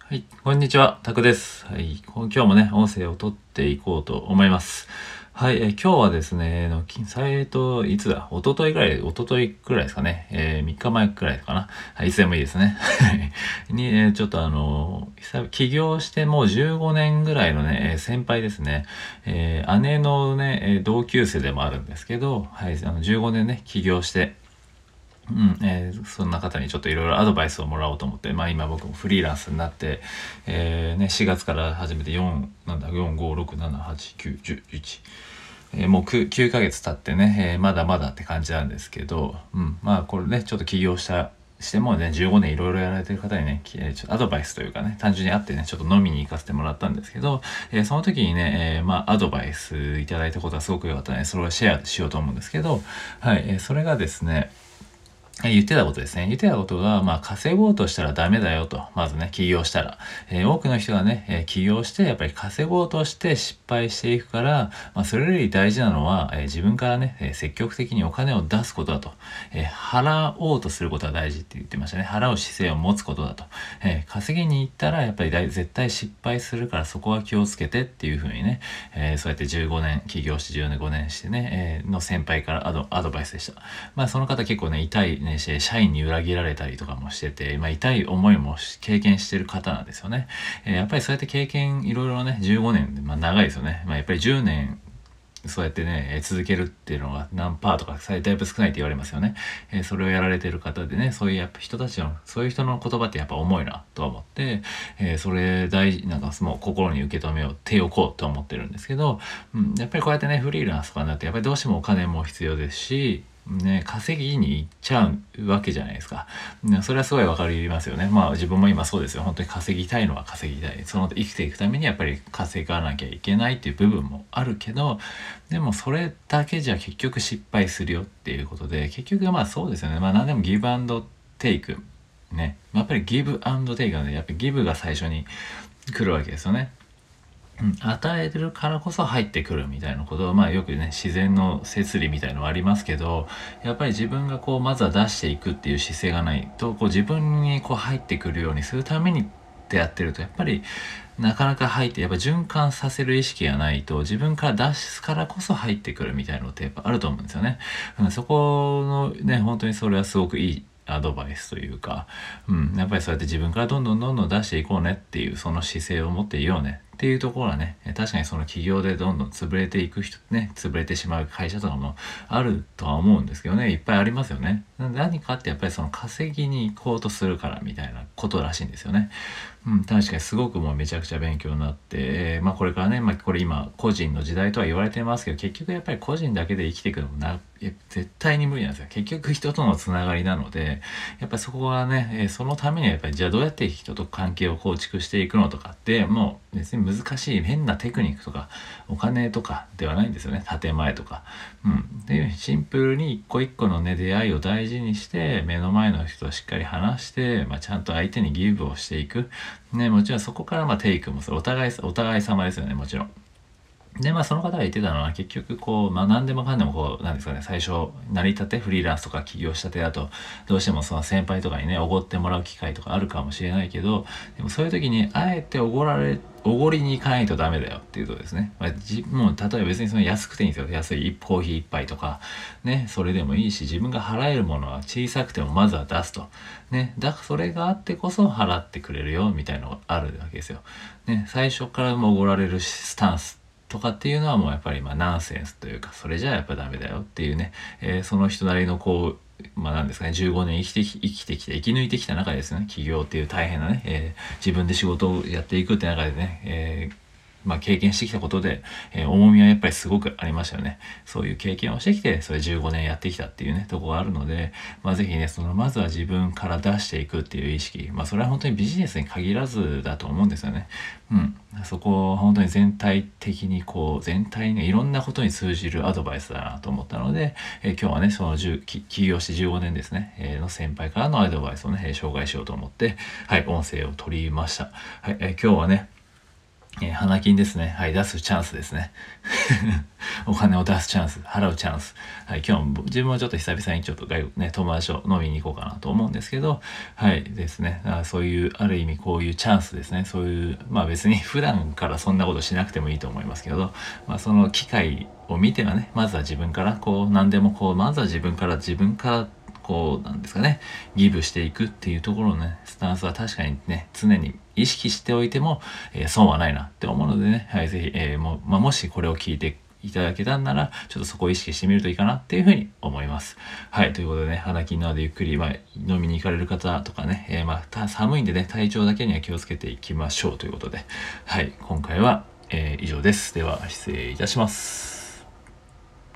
はい、こんにちは、タクです。はい、今日もね、音声を取っていこうと思います。はい、今日はですね、いつだ、一昨日くらいですかね、3日前くらいかな。はい、いつでもいいですね。に、ちょっと起業してもう15年ぐらいのね、先輩ですね、姉のね、同級生でもあるんですけど、はい、15年ね、起業して、そんな方にちょっといろいろアドバイスをもらおうと思って、今僕もフリーランスになって、4月から始めて4、5、6、7、8、9、10、11、もう9ヶ月経ってね、まだまだって感じなんですけど、これね、ちょっと起業してもね、15年いろいろやられてる方にね、ちょっとアドバイスというかね、単純に会ってね、ちょっと飲みに行かせてもらったんですけど、その時にね、アドバイスいただいたことはすごく良かったので、それをシェアしようと思うんですけど、はい、それがですね、言ってたことですね。言ってたことが、稼ごうとしたらダメだよと。まずね、起業したら。多くの人がね、起業して、やっぱり稼ごうとして失敗していくから、それより大事なのは、自分からね、積極的にお金を出すことだと。払おうとすることは大事って言ってましたね。払う姿勢を持つことだと。稼ぎに行ったら、やっぱり絶対失敗するから、そこは気をつけてっていうふうにね、そうやって15年、起業して15年してね、の先輩からアドバイスでした。その方結構ね、痛いね、社員に裏切られたりとかもしてて、痛い思いも経験してる方なんですよね。やっぱりそうやって経験いろいろね、15年で、長いですよね。やっぱり10年そうやってね、続けるっていうのが何パーとかだいぶ少ないって言われますよね。それをやられてる方でね、そういうやっぱそういう人の言葉ってやっぱ重いなと思って、それなんかもう心に受け止めよう、手を置こうと思ってるんですけど、やっぱりこうやってね、フリーランスとかになって、やっぱりどうしてもお金も必要ですし、ね、稼ぎに行っちゃうわけじゃないですか。それはすごいわかりますよね。自分も今そうですよ。本当に稼ぎたいのは稼ぎたい。生きていくためにやっぱり稼がなきゃいけないっていう部分もあるけど、でもそれだけじゃ結局失敗するよっていうことで、結局そうですよね。何でもギブアンドテイク。ね。やっぱりギブアンドテイクなので、やっぱりギブが最初に来るわけですよね。与えてるからこそ入ってくるみたいなことを、よくね、自然の摂理みたいのはありますけど、やっぱり自分がまずは出していくっていう姿勢がないと、自分に入ってくるようにするためにってやってると、やっぱりなかなかやっぱ循環させる意識がないと、自分から出すからこそ入ってくるみたいなのってやっぱあると思うんですよね。そこのね、本当にそれはすごくいいアドバイスというか、やっぱりそうやって自分からどんどん出していこうねっていう、その姿勢を持っていようねっていうところはね、確かにその企業でどんどん潰れていく人ね、潰れてしまう会社とかもあるとは思うんですけどね、いっぱいありますよね。何かってやっぱりその稼ぎに行こうとするからみたいなことらしいんですよね。確かにすごくもうめちゃくちゃ勉強になって、これからね、これ今個人の時代とは言われてますけど、結局やっぱり個人だけで生きていくのも絶対に無理なんですよ。結局人とのつながりなので、やっぱりそこはね、そのためにはやっぱりじゃあどうやって人と関係を構築していくのとかって、もう別に難しい変なテクニックとかお金とかではないんですよね。建前とか。で、シンプルに一個一個のね、出会いを大事にして、目の前の人としっかり話して、ちゃんと相手にギブをしていく。ね、もちろんそこからテイクもお互い様ですよね、もちろん。で、その方が言ってたのは結局何でもかんでもなんですかね、最初、成り立て、フリーランスとか起業したてだと、どうしてもその先輩とかにね、おごってもらう機会とかあるかもしれないけど、でもそういう時に、あえておごりに行かないとダメだよっていうとですね。もう、例えば別にその安くていいんですよ。安いコーヒー一杯とか、ね、それでもいいし、自分が払えるものは小さくてもまずは出すと。ね、それがあってこそ払ってくれるよ、みたいなのがあるわけですよ。ね、最初からもおごられるスタンスとかっていうのはもうやっぱりナンセンスというか、それじゃやっぱダメだよっていうね、その人なりのなんですかね、15年生きてきて、生き抜いてきた中でですね、起業っていう大変なね、自分で仕事をやっていくって中でね、経験してきたことで、重みはやっぱりすごくありましたよね。そういう経験をしてきて、それ15年やってきたっていうね、とこがあるので、ぜひね、まずは自分から出していくっていう意識、それは本当にビジネスに限らずだと思うんですよね。そこを本当に全体的に全体にいろんなことに通じるアドバイスだなと思ったので、今日はね、起業して15年ですね、の先輩からのアドバイスをね、紹介しようと思って、はい、音声を取りました。はい、今日はね、 花金ですね。はい、出すチャンスですね。お金を出すチャンス、払うチャンス。はい、今日も自分はちょっと久々にちょっと外国ね、友達と飲みに行こうかなと思うんですけど、はいですね。そういう、ある意味こういうチャンスですね。そういう、まあ別に普段からそんなことしなくてもいいと思いますけど、まあその機会を見てはね、まずは自分から、こう、何でもこう、まずは自分からこうなんですかね、ギブしていくっていうところのね、スタンスは確かにね、常に意識しておいても、損はないなって思うのでね、はい、ぜひ、もしこれを聞いていただけたんなら、ちょっとそこを意識してみるといいかなっていうふうに思います。はい、ということでね、花金などでゆっくり、飲みに行かれる方とかね、寒いんでね、体調だけには気をつけていきましょうということで、はい、今回は、以上です。では、失礼いたします。